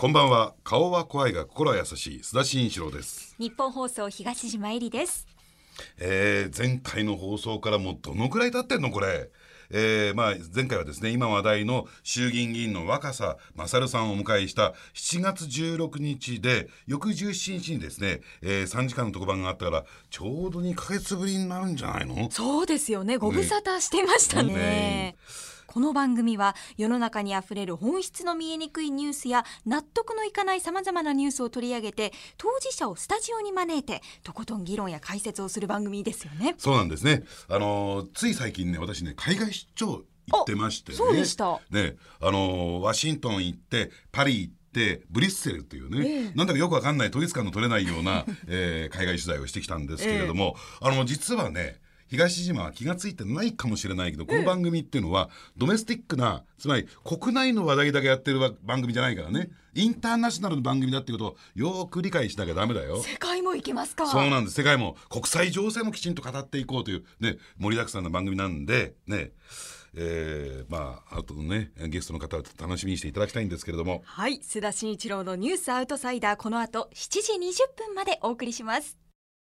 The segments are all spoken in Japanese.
こんばんは。顔は怖いが心は優しい須田慎一郎です。 日本放送東島えりです。 前回の放送からもうどのくらい経ってんのこれ。前回はですね、今話題の衆議院議員の若狭勝さんをお迎えした7月16日で、翌17日にですね、3時間の特番があったからちょうど2ヶ月ぶりになるんじゃないの。 そうですよね、ご無沙汰してましたね。この番組は世の中にあふれる本質の見えにくいニュースや納得のいかないさまざまなニュースを取り上げて、当事者をスタジオに招いてとことん議論や解説をする番組ですよね。 そうなんですね。つい最近ね、私ね、海外出張行ってましてね。 そうでしたね、ワシントン行ってパリ行ってブリッセルというね、なんだかよくわかんない統一感の取れないような、海外取材をしてきたんですけれども、実はね、東島は気がついてないかもしれないけど、この番組っていうのはドメスティックな、つまり国内の話題だけやってる番組じゃないからね、インターナショナルの番組だっていうことをよく理解しなきゃダメだよ。 世界も行けますか。 そうなんです。世界も国際情勢もきちんと語っていこうというね、盛りだくさんな番組なんでね、あとね、ゲストの方は楽しみにしていただきたいんですけれども、 はい、須田慎一郎のニュースアウトサイダー、この後7時20分までお送りします。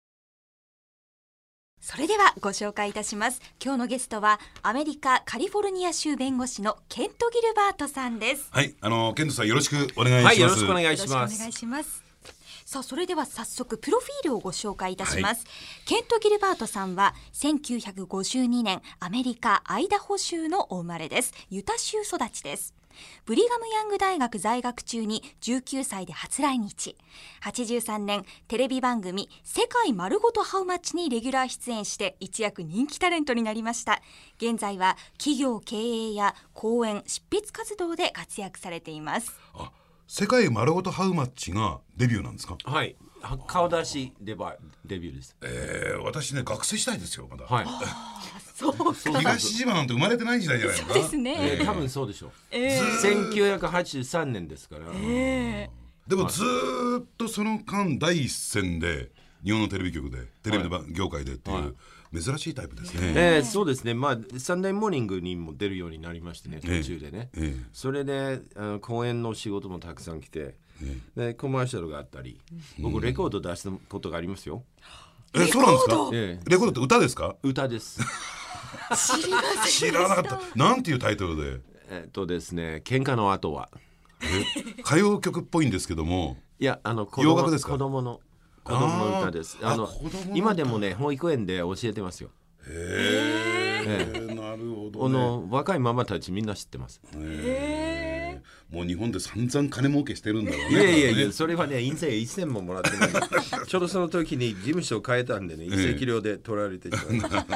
それではご紹介いたします。今日のゲストはアメリカカリフォルニア州弁護士のケント・ギルバートさんです。 はい、ケントさんよろしくお願いします。 はい、よろしくお願いします。 よろしくお願いします。さあ、それでは早速プロフィールをご紹介いたします。ケント・ギルバートさんは1952年アメリカアイダホ州のお生まれです。ユタ州育ちです。ブリガムヤング大学在学中に19歳で初来日。83年テレビ番組世界まるごとハウマッチにレギュラー出演して一躍人気タレントになりました。現在は企業経営や講演執筆活動で活躍されています。 世界まるごとハウマッチがデビューなんですか。 はい、顔出しデビューです。 私ね、学生時代ですよ、まだ。 はい。 そうか。 東島なんて生まれてない時代じゃないのか。 そうですね。 多分そうでしょう。1983年ですから。 でもずーっとその間第一線で日本のテレビ局でテレビ業界でっていう珍しいタイプですね。 そうですね。サンデーモーニングにも出るようになりましてね、途中でね。それで講演の仕事もたくさん来て、でコマーシャルがあったり、僕レコード出したことがありますよ。 そうなんですか。レコードって歌ですか。 歌です。 知らなかった。なんていうタイトルで。 ですね、喧嘩の後は。 歌謡曲っぽいんですけども。 いや、 洋楽ですか。 子供の歌です。今でもね、保育園で教えてますよ。 なるほどね。 若いママたちみんな知ってます。 もう日本で散々金儲けしてるんだろうね。 いや、それはね、印税1000ももらってない。ちょうどその時に事務所を変えたんでね、移籍料で取られてしまう。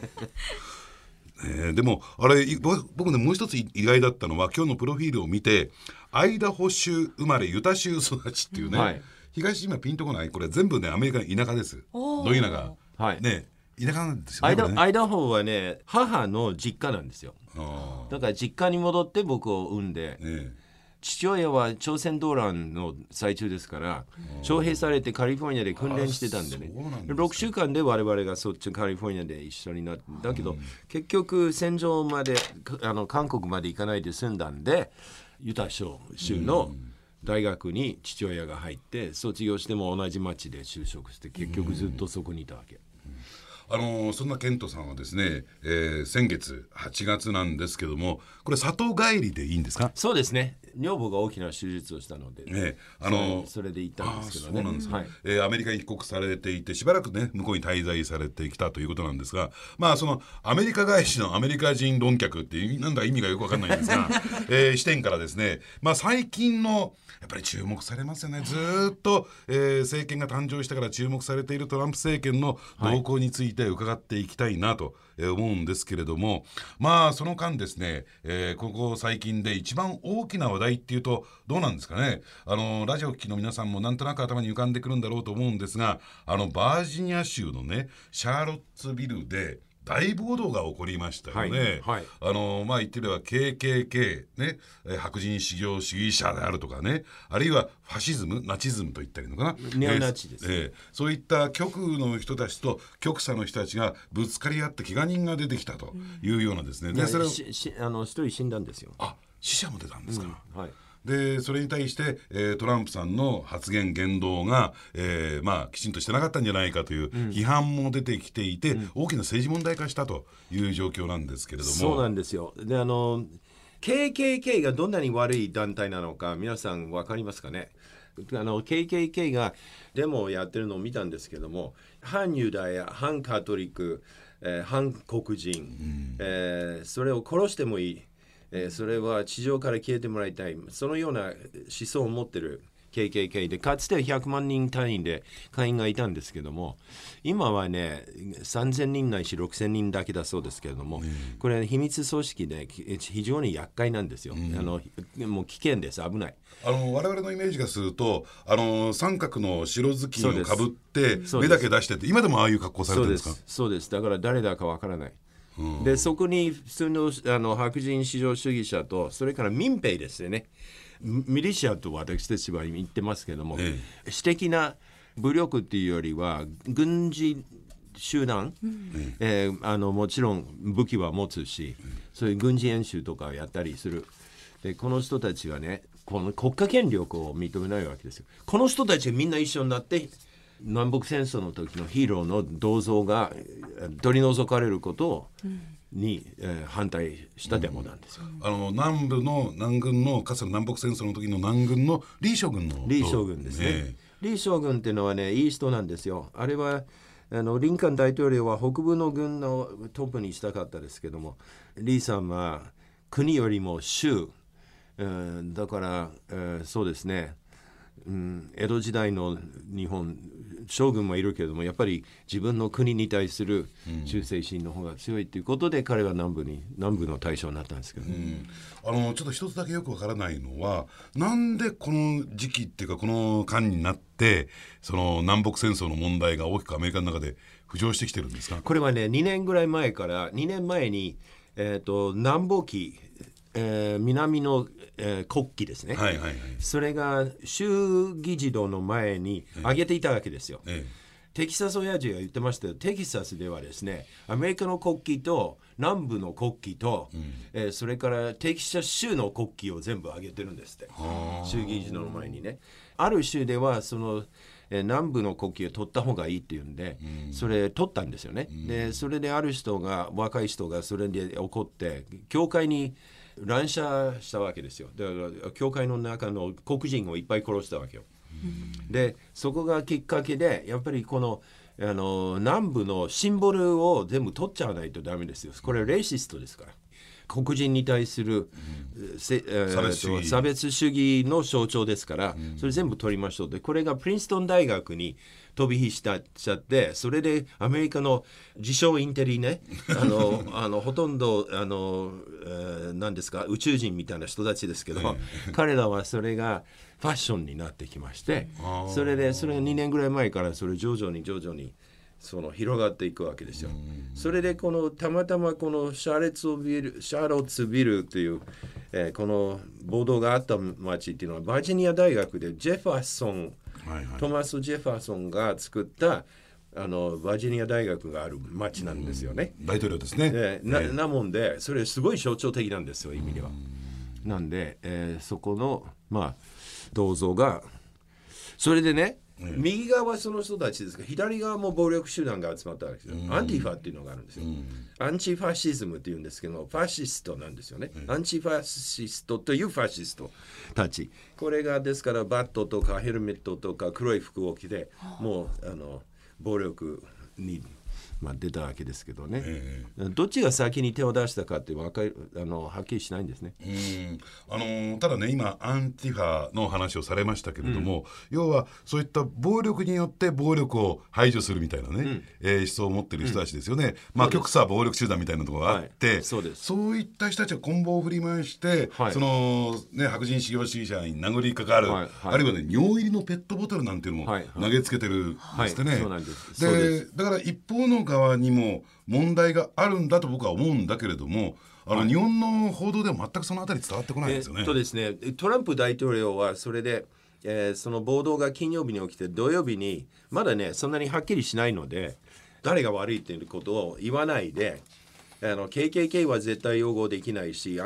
でもあれ、僕ね、もう一つ意外だったのは、今日のプロフィールを見てアイダホ州生まれユタ州育ちっていうね、東島ピンとこない。これ全部ね、アメリカの田舎です。ど田舎、ね、田舎なんですよね。 アイダホはね、母の実家なんですよ。だから実家に戻って僕を産んで、父親は朝鮮動乱の最中ですから徴兵されてカリフォルニアで訓練してたんでね、6週間で我々がそっちカリフォルニアで一緒になって、だけど結局戦場まで韓国まで行かないで済んだんで、ユタ州の大学に父親が入って卒業しても同じ町で就職して、結局ずっとそこにいたわけ。 そんなケントさんはですね、先月8月なんですけども、これ里帰りでいいんですか。 そうですね、女房が大きな手術をしたので、それで行ったんですけどね。 そうなんです、アメリカに帰国されていてしばらくね、向こうに滞在されてきたということなんですが、そのアメリカ返しのアメリカ人論客ってなんだ意味がよく分かんないんですが、視点からですね、最近のやっぱり注目されますよね。ずっと、政権が誕生してから注目されているトランプ政権の動向について伺っていきたいなと思うんですけれども、その間ですね、ここ最近で一番大きな話題っていうとどうなんですかね。ラジオ聴きの皆さんもなんとなく頭に浮かんでくるんだろうと思うんですが、バージニア州のね、シャーロッツビルで大暴動が起こりましたよね。言ってみれば KKK、ね、白人至上主義者であるとかね、あるいはファシズムナチズムと言ったりのかな、 ネオナチです、 そういった極右の人たちと極左の人たちがぶつかり合って怪我人が出てきたというようなですね、 一人死んだんですよ。 死者も出たんですか。 でそれに対して、トランプさんの発言言動が、きちんとしてなかったんじゃないかという批判も出てきていて、大きな政治問題化したという状況なんですけれども。 そうなんですよ。でKKK がどんなに悪い団体なのか皆さん分かりますかね。KKK がデモをやってるのを見たんですけども、反ユダヤ、反カトリック、反黒人、それを殺してもいい、それは地上から消えてもらいたい、そのような思想を持ってる KKK で、かつては100万人単位で会員がいたんですけども、今はね3000人ないし6000人だけだそうですけれども、これ秘密組織で非常に厄介なんですよ。もう危険です、危ない。 我々のイメージがすると三角の白ずきんをかぶって目だけ出してって、今でもああいう格好されてるんですか？ そうです。だから誰だかわからない。でそこに普通の白人至上主義者と、それから民兵ですよね。ミリシアと私たちは言ってますけども、私的な武力っていうよりは軍事集団、もちろん武器は持つし、そういう軍事演習とかやったりする。でこの人たちはね、この国家権力を認めないわけですよ。この人たちがみんな一緒になって南北戦争の時のヒーローの銅像が取り除かれることに、反対したデモなんですよ。 南軍のかつての南北戦争の時の南軍のリー将軍のリー将軍ですね。リー将軍っていうのはね、いい人なんですよ。あれはリンカーン大統領は北部の軍のトップにしたかったですけども、リーさんは国よりも州、だから、そうですね、江戸時代の日本将軍もいるけれども、やっぱり自分の国に対する忠誠心の方が強いということで、彼は南部の大将になったんですけど、 ちょっと一つだけよくわからないのは、なんでこの時期っていうかこの間になってその南北戦争の問題が大きくアメリカの中で浮上してきてるんですか？ これはね、2年ぐらい前から2年前に、南北旗、南の、国旗ですね、それが州議事堂の前に上げていたわけですよ。テキサス親父が言ってましたよ。テキサスではですね、アメリカの国旗と南部の国旗と、それからテキサス州の国旗を全部上げてるんですって、州議事堂の前にね。ある州ではその南部の国旗を取った方がいいっていうんで、それ取ったんですよね。でそれである若い人がそれで怒って教会に乱射したわけですよ。だから教会の中の黒人をいっぱい殺したわけよ。でそこがきっかけで、やっぱりこの南部のシンボルを全部取っちゃわないとダメですよ。これレイシストですから、黒人に対する、差別主義の象徴ですから、それ全部取りましょう。でこれがプリンストン大学に飛び火しちゃって、それでアメリカの自称インテリね、ほとんど何ですか、宇宙人みたいな人たちですけど、彼らはそれがファッションになってきまして、それが2年ぐらい前からそれ徐々にその広がっていくわけですよ。それでたまたまこのシャーロッツビルという、この暴動があった町っていうのはバージニア大学でトマス・ジェファーソンが作ったバージニア大学がある町なんですよね。 大統領ですね。 なもんでそれすごい象徴的なんですよ、意味では。なんで、そこの銅像がそれでね、右側はその人たちですが、左側も暴力集団が集まったわけですよ。アンティファっていうのがあるんですよ。アンチファシズムっていうんですけど、ファシストなんですよね。アンチファシストというファシストたち、これがですからバットとかヘルメットとか黒い服を着て、もう暴力に出たわけですけどね、どっちが先に手を出したかってはっきりしないんですね。 ただね、今アンティファの話をされましたけれども、要はそういった暴力によって暴力を排除するみたいなね、思想を持ってる人たちですよね。極左暴力集団みたいなところがあって、そういった人たちが棍棒を振り回して、その白人至上主義者に殴りかかる、あるいはね、尿入りのペットボトルなんていうのも投げつけてるんですってね。でだから一方の側にも問題があるんだと僕は思うんだけれども、日本の報道では全くそのあたり伝わってこないですよね。 ですね、トランプ大統領はそれで、その暴動が金曜日に起きて土曜日にまだねそんなにはっきりしないので、誰が悪いということを言わないで、 KKK は絶対擁護できないし、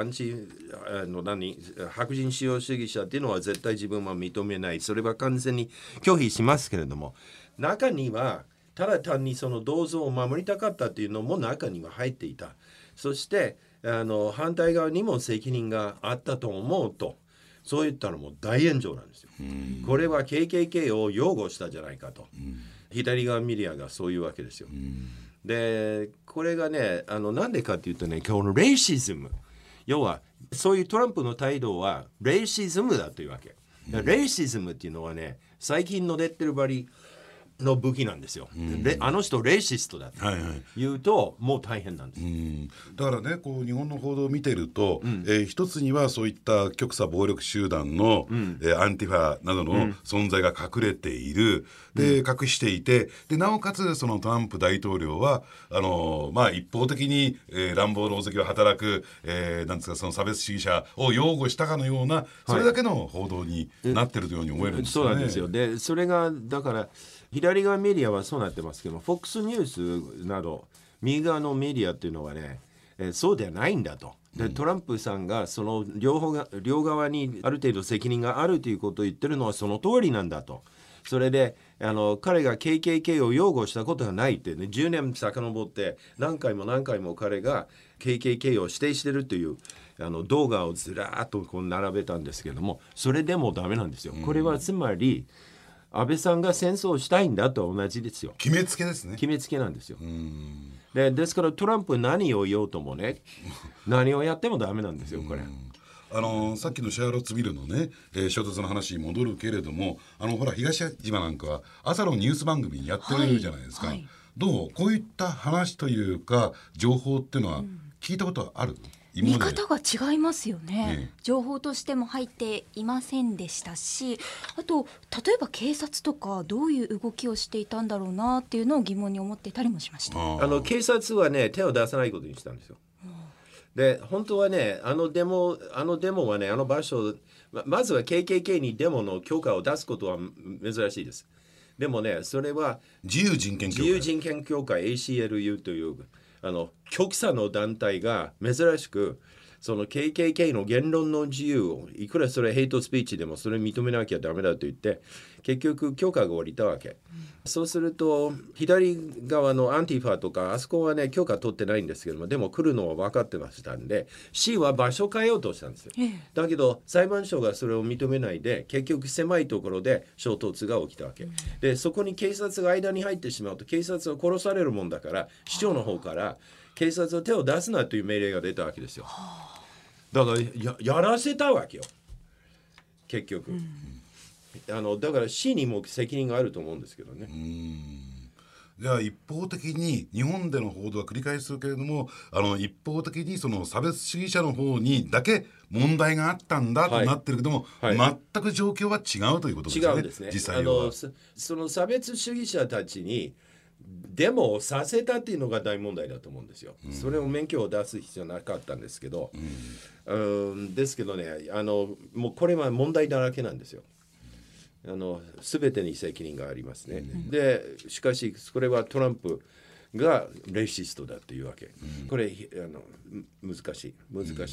白人至上主義者っていうのは絶対自分は認めない。それは完全に拒否しますけれども、中にはただ単にその銅像を守りたかったというのも中には入っていた。そして反対側にも責任があったと思うと、そういったのも大炎上なんですよ。これは KKK を擁護したじゃないかと、左側メディアがそういうわけですよ。でこれがねなんでかっていうとね、このレイシズム、要はそういうトランプの態度はレイシズムだというわけ。レイシズムっていうのはね、最近のレッテルバリの武器なんですよ。あの人レイシストだと言うと、もう大変なんです。 だからね、こう日本の報道を見てると、一つにはそういった極左暴力集団の、アンティファなどの存在が隠れている、で隠していて、でなおかつそのトランプ大統領は一方的に、乱暴狼藉を働く、なんですか、その差別主義者を擁護したかのような、それだけの報道になってるというように思えるんですよね。 そうなんですよ。でそれがだから左側メディアはそうなってますけど、FOX ニュースなど右側のメディアっていうのはね、そうではないんだと。でトランプさんがその両側にある程度責任があるということを言ってるのはその通りなんだと。それで彼が KKK を擁護したことがないってね、10年遡って何回も彼が KKK を指定してるという動画をずらーっとこう並べたんですけども、それでもダメなんですよ。これはつまり安倍さんが戦争をしたいんだと同じですよ。 決めつけですね。 決めつけなんですよ。ですからトランプ何を言おうともね、何をやってもダメなんですよこれ。 さっきのシャーロッツビルのね、衝突の話に戻るけれども、ほら東島なんかは朝のニュース番組やってるじゃないですか、どうこういった話というか情報っていうのは聞いたことある？ 見方が違いますよね。情報としても入っていませんでしたし、あと例えば警察とかどういう動きをしていたんだろうなっていうのを疑問に思っていたりもしました。 警察はね手を出さないことにしたんですよ。で本当はねデモはね場所、まずは KKK にデモの許可を出すことは珍しいです。でもねそれは自由人権協会 ACLU という極左の団体が珍しくその KKK の言論の自由をいくらそれヘイトスピーチでもそれ認めなきゃダメだと言って結局許可が下りたわけ。そうすると左側のアンティファとかあそこはね許可取ってないんですけども、でも来るのは分かってましたんで市は場所変えようとしたんですよ。だけど裁判所がそれを認めないで結局狭いところで衝突が起きたわけで、そこに警察が間に入ってしまうと警察は殺されるもんだから、市長の方から警察は手を出すなという命令が出たわけですよ。だから やらせたわけよ結局。だから市にも責任があると思うんですけどね。 じゃあ一方的に日本での報道は繰り返するけれども、一方的にその差別主義者の方にだけ問題があったんだとなってるけども、全く状況は違うということですね。 違うんですね。 実際はその差別主義者たちにデモをさせたっていうのが大問題だと思うんですよ。それを免許を出す必要なかったんですけど、ですけどねもうこれは問題だらけなんですよ。全てに責任がありますね。でしかしこれはトランプがレイシストだというわけ。これ難しい問題です。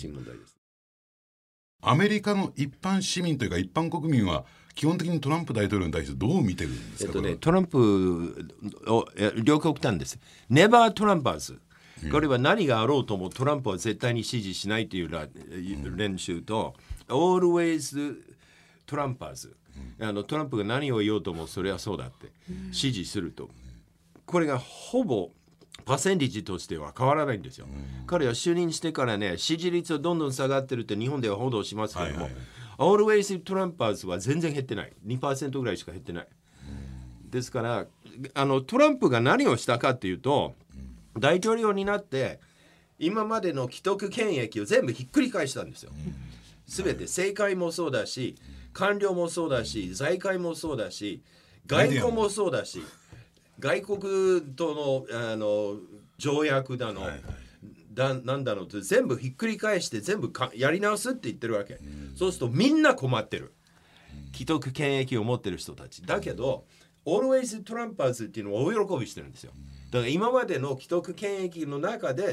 アメリカの一般市民というか一般国民は基本的にトランプ大統領に対してどう見てるんですか？ トランプを両極端です。ネバートランパーズ。これは何があろうともトランプは絶対に支持しないという練習と、Always トランパーズ。トランプが何を言おうともそれはそうだって支持すると、これがほぼパーセンテージとしては変わらないんですよ。彼は就任してからね支持率はどんどん下がってるって日本では報道しますけども、Always トランパーズは全然減ってない。 2% ぐらいしか減ってない。ですからトランプが何をしたかっていうと、大統領になって今までの既得権益を全部ひっくり返したんですよ。全て政界もそうだし官僚もそうだし財界もそうだし外交もそうだし外国との条約だの、なんだのって全部ひっくり返して全部やり直すって言ってるわけ。そうするとみんな困ってる。既得権益を持ってる人たちだけど Always トランパーズっていうのは大喜びしてるんですよ。だから今までの既得権益の中で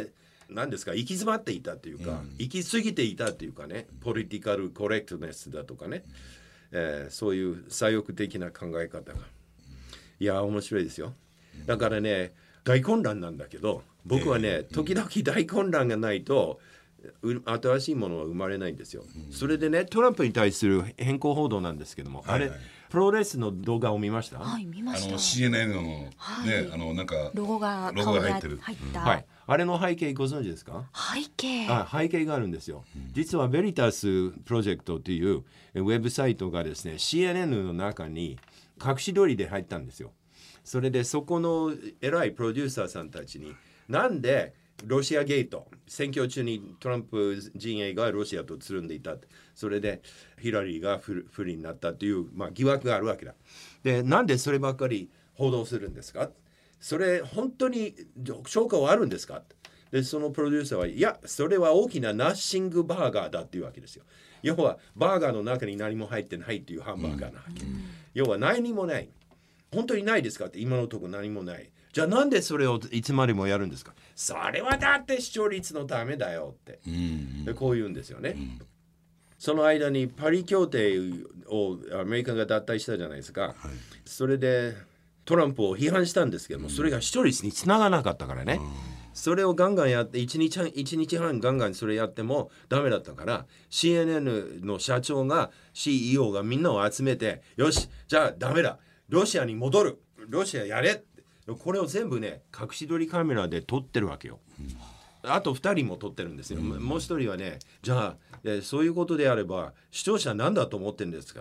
何ですか、行き詰まっていたというか、行き過ぎていたというかね、ポリティカルコレクトネスだとかね、そういう左翼的な考え方が、いや面白いですよ。だからね、大混乱なんだけど、僕はね、時々大混乱がないと新しいものは生まれないんですよ。それでね、トランプに対する変更報道なんですけども、あれプロレスの動画を見ました？ はい、見ました。 CNN のね、なんかロゴが入ってる。 はい。 あれの背景ご存知ですか？ 背景があるんですよ。実はベリタスプロジェクトというウェブサイトがですね、 CNN の中に隠し撮りで入ったんですよ。それでそこの偉いプロデューサーさんたちに、なんでロシアゲート、選挙中にトランプ陣営がロシアとつるんでいた、それでヒラリーが不利になったという、疑惑があるわけだ。で、なんでそればっかり報道するんですか、それ本当に証拠はあるんですか。で、そのプロデューサーは、いや、それは大きなナッシングバーガーだっていうわけですよ。要はバーガーの中に何も入ってないっていうハンバーガーなわけ、要は何もない。本当にないですかって、今のところ何もない。じゃあなんでそれをいつまでもやるんですか。それはだって視聴率のためだよって、でこう言うんですよね。その間にパリ協定をアメリカが脱退したじゃないですか、それでトランプを批判したんですけども、それが視聴率につながなかったからね、それをガンガンやって1日半ガンガンそれやってもダメだったから、 CNN の社長が CEO がみんなを集めて、よしじゃあダメだ、ロシアに戻る、ロシアやれって、これを全部ね隠し撮りカメラで撮ってるわけよ、あと2人も撮ってるんですよ、もう1人はね、じゃあそういうことであれば視聴者なんだと思ってるんですから、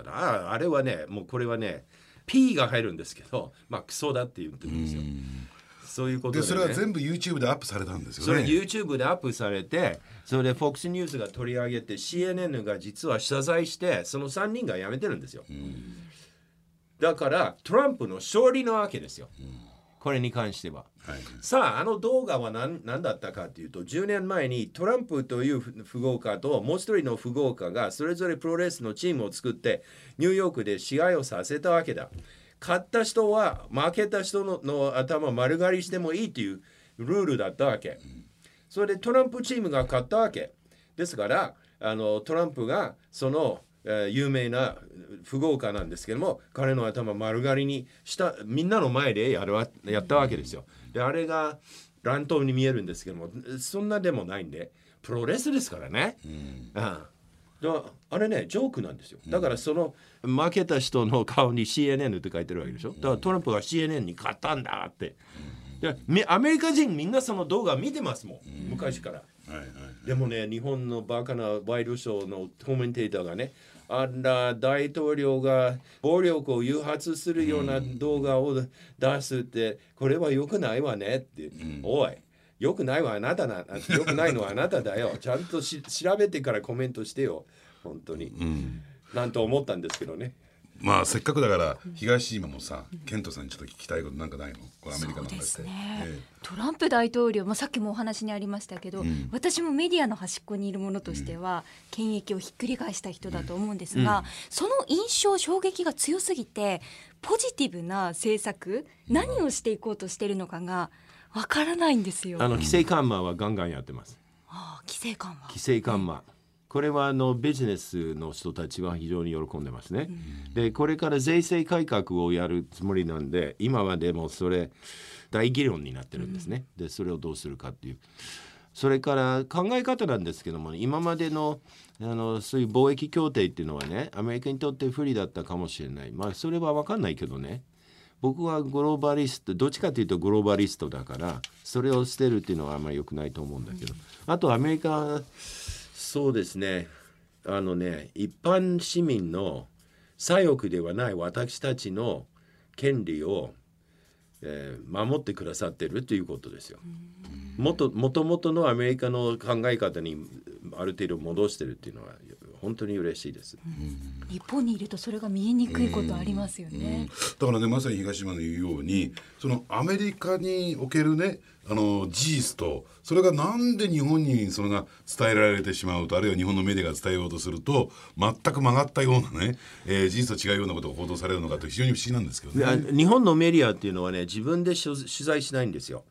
あれはね、もうこれはね P が入るんですけど、クソだって言ってるんですよ。そういうことで、ね、 それは全部 YouTube でアップされたんですよね。 それ YouTube でアップされて、それで FOX ニュースが取り上げて、 CNN が実は謝罪して、その3人が辞めてるんですよ。だからトランプの勝利なわけですよ、これに関しては。さあ、あの動画は何だったかというと、10年前にトランプという富豪家ともう一人の富豪家がそれぞれプロレスのチームを作ってニューヨークで試合をさせたわけだ。勝った人は負けた人 の頭丸刈りしてもいいというルールだったわけ。それでトランプチームが勝ったわけですから、トランプがその有名な富豪家なんですけども、彼の頭丸刈りにしたみんなの前でやったわけですよ。で、あれが乱闘に見えるんですけども、そんなでもないんで、プロレスですからね、あれねジョークなんですよ。だからその負けた人の顔に CNN って書いてるわけでしょ。だからトランプが CNN に勝ったんだって。でアメリカ人みんなその動画見てますもん、昔から。でもね、日本のバカなワイドショーのコメンテーターがね、あんな大統領が暴力を誘発するような動画を出すって、これは良くないわねって、おい、良くないわあなたな、良くないのはあなただよ、ちゃんと調べてからコメントしてよ、本当に、なんと思ったんですけどね。 せっかくだから東島もさ、ケントさんにちょっと聞きたいことなんかないの？これアメリカの話で。 そうですね、トランプ大統領、さっきもお話にありましたけど、私もメディアの端っこにいるものとしては、権益をひっくり返した人だと思うんですが、その印象衝撃が強すぎて、ポジティブな政策、何をしていこうとしているのかがわからないんですよ。 規制緩和はガンガンやってます。 規制緩和、 規制緩和、これはビジネスの人たちは非常に喜んでますね、でこれから税制改革をやるつもりなんで、今はでもそれ大議論になってるんですね、でそれをどうするかっていう、それから考え方なんですけども、今までのそういう貿易協定っていうのはね、アメリカにとって不利だったかもしれない。それは分かんないけどね、僕はグローバリスト、どっちかというとグローバリストだから、それを捨てるっていうのはあんまり良くないと思うんだけど、あとアメリカ、そうですね、一般市民の左翼ではない私たちの権利を、守ってくださってるということですよ。もともとのアメリカの考え方にある程度戻してるっていうのは本当に嬉しいです。 日本にいるとそれが見えにくいことありますよね。 だからね、まさに東島の言うように、そのアメリカにおけるね、事実と、それがなんで日本にそれが伝えられてしまうと、あるいは日本のメディアが伝えようとすると全く曲がったようなね、事実と違うようなことが報道されるのかと非常に不思議なんですけどね。 日本のメディアっていうのはね、自分で取材しないんですよ。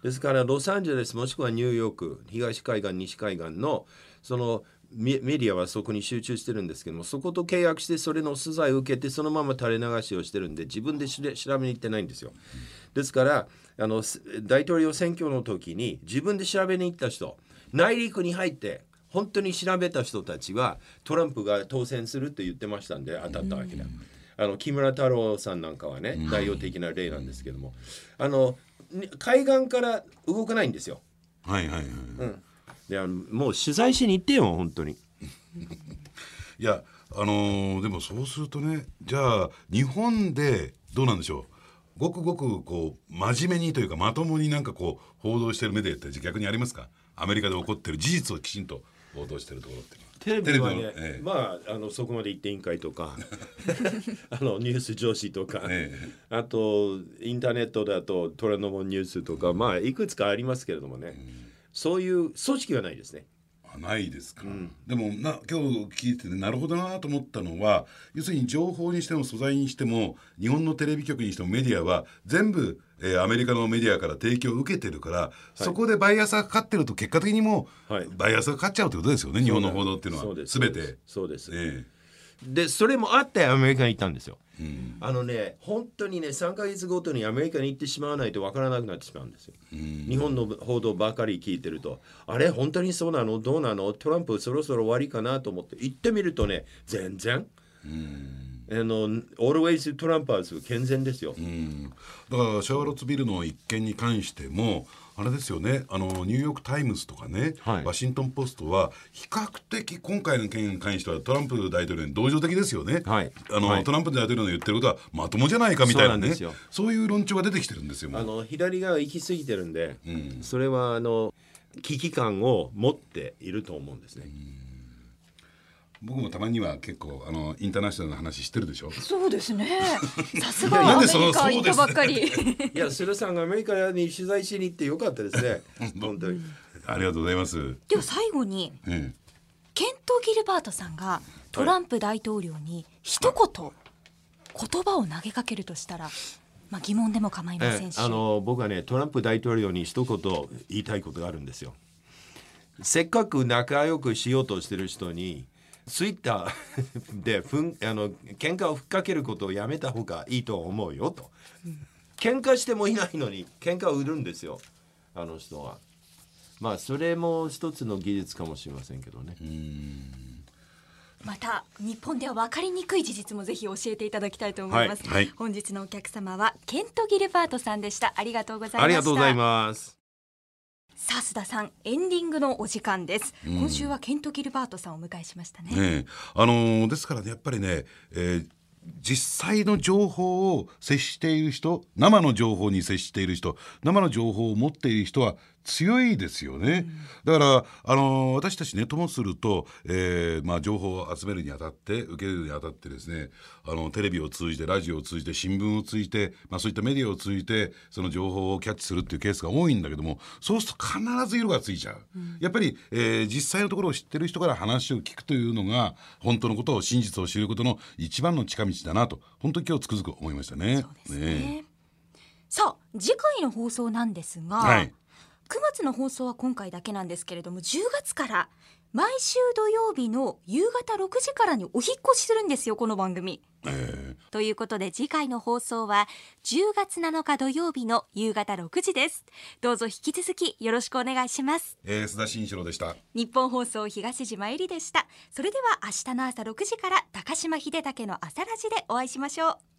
ですからロサンゼルスもしくはニューヨーク、東海岸西海岸のそのメディアはそこに集中してるんですけども、そこと契約してそれの取材を受けてそのまま垂れ流しをしてるんで、自分で調べに行ってないんですよ。ですから大統領選挙の時に自分で調べに行った人、内陸に入って本当に調べた人たちはトランプが当選するって言ってましたんで当たったわけだ。木村太郎さんなんかはね、代表的な例なんですけども、海岸から動かないんですよ。 はいはいはい、 でもう取材しに行ってよ本当に。 いやでもそうするとね、じゃあ日本でどうなんでしょう、ごくごくこう真面目にというかまともになんかこう報道してるメディアって逆にありますか？アメリカで起こってる事実をきちんと報道してるところっていうのは。 テレビはね、まあそこまで言って委員会とかニュース上司とか、あとインターネットだと虎ノ門ニュースとか、まあいくつかありますけれどもね、そういう組織はないですね。 ないですか、でも今日聞いててなるほどなと思ったのは、要するに情報にしても素材にしても日本のテレビ局にしてもメディアは全部、アメリカのメディアから提供を受けてるから、そこでバイアスがかかってると結果的にもバイアスがかかっちゃうってことですよね、日本の報道っていうのは全て。 そうです、でそれもあってアメリカに行ったんですよ。本当にね3ヶ月ごとにアメリカに行ってしまわないと分からなくなってしまうんですよ。日本の報道ばかり聞いてると、あれ本当にそうなのどうなの、トランプそろそろ終わりかなと思って行ってみるとね、全然Always トランパーズ健全ですよ。 だからシャーロッツビルの一件に関してもあれですよね、ニューヨークタイムズとかね、ワシントンポストは比較的今回の件に関してはトランプ大統領に同情的ですよね、トランプ大統領の言ってることはまともじゃないかみたいなね、そういう論調が出てきてるんですよ。 左側行き過ぎてるんで、それは危機感を持っていると思うんですね。 僕もたまには結構インターナショナルな話してるでしょ。 そうですね。さすがアメリカ行ったばっかり。 いや、スルさんがアメリカに取材しに行ってよかったですね。本当に。 ありがとうございます。 では最後に、ケント・ギルバートさんがトランプ大統領に一言言葉を投げかけるとしたら、疑問でも構いませんし、 僕はねトランプ大統領に一言言いたいことがあるんですよ。せっかく仲良くしようとしてる人にツイッターで喧嘩をふっかけることをやめた方がいいと思うよと、喧嘩してもいないのに喧嘩を売るんですよ、あの人は。それも一つの技術かもしれませんけどね。 また日本では分かりにくい事実もぜひ教えていただきたいと思います、本日のお客様はケント・ギルバートさんでした。ありがとうございました。 ありがとうございます。 さあ須田さん、エンディングのお時間です、今週はケント・ギルバートさんをお迎えしましたね。 ですからね、やっぱりね、実際の情報を接している人、生の情報に接している人、生の情報を持っている人は強いですよね、だから私たちねともすると、情報を集めるにあたって受けるにあたってですね、テレビを通じてラジオを通じて新聞を通じて、そういったメディアを通じてその情報をキャッチするっていうケースが多いんだけども、そうすると必ず色がついちゃう、やっぱり、実際のところを知ってる人から話を聞くというのが本当のことを真実を知ることの一番の近道だなと本当に今日つくづく思いましたね。 そうですね。さあ次回の放送なんですが、9月の放送は今回だけなんですけれども、10月から毎週土曜日の夕方6時からにお引っ越しするんですよ、この番組。ということで次回の放送は10月7日土曜日の夕方6時です。どうぞ引き続きよろしくお願いします。 須田慎一郎でした。 日本放送東島えりでした。それでは明日の朝6時から高島秀武の朝ラジでお会いしましょう。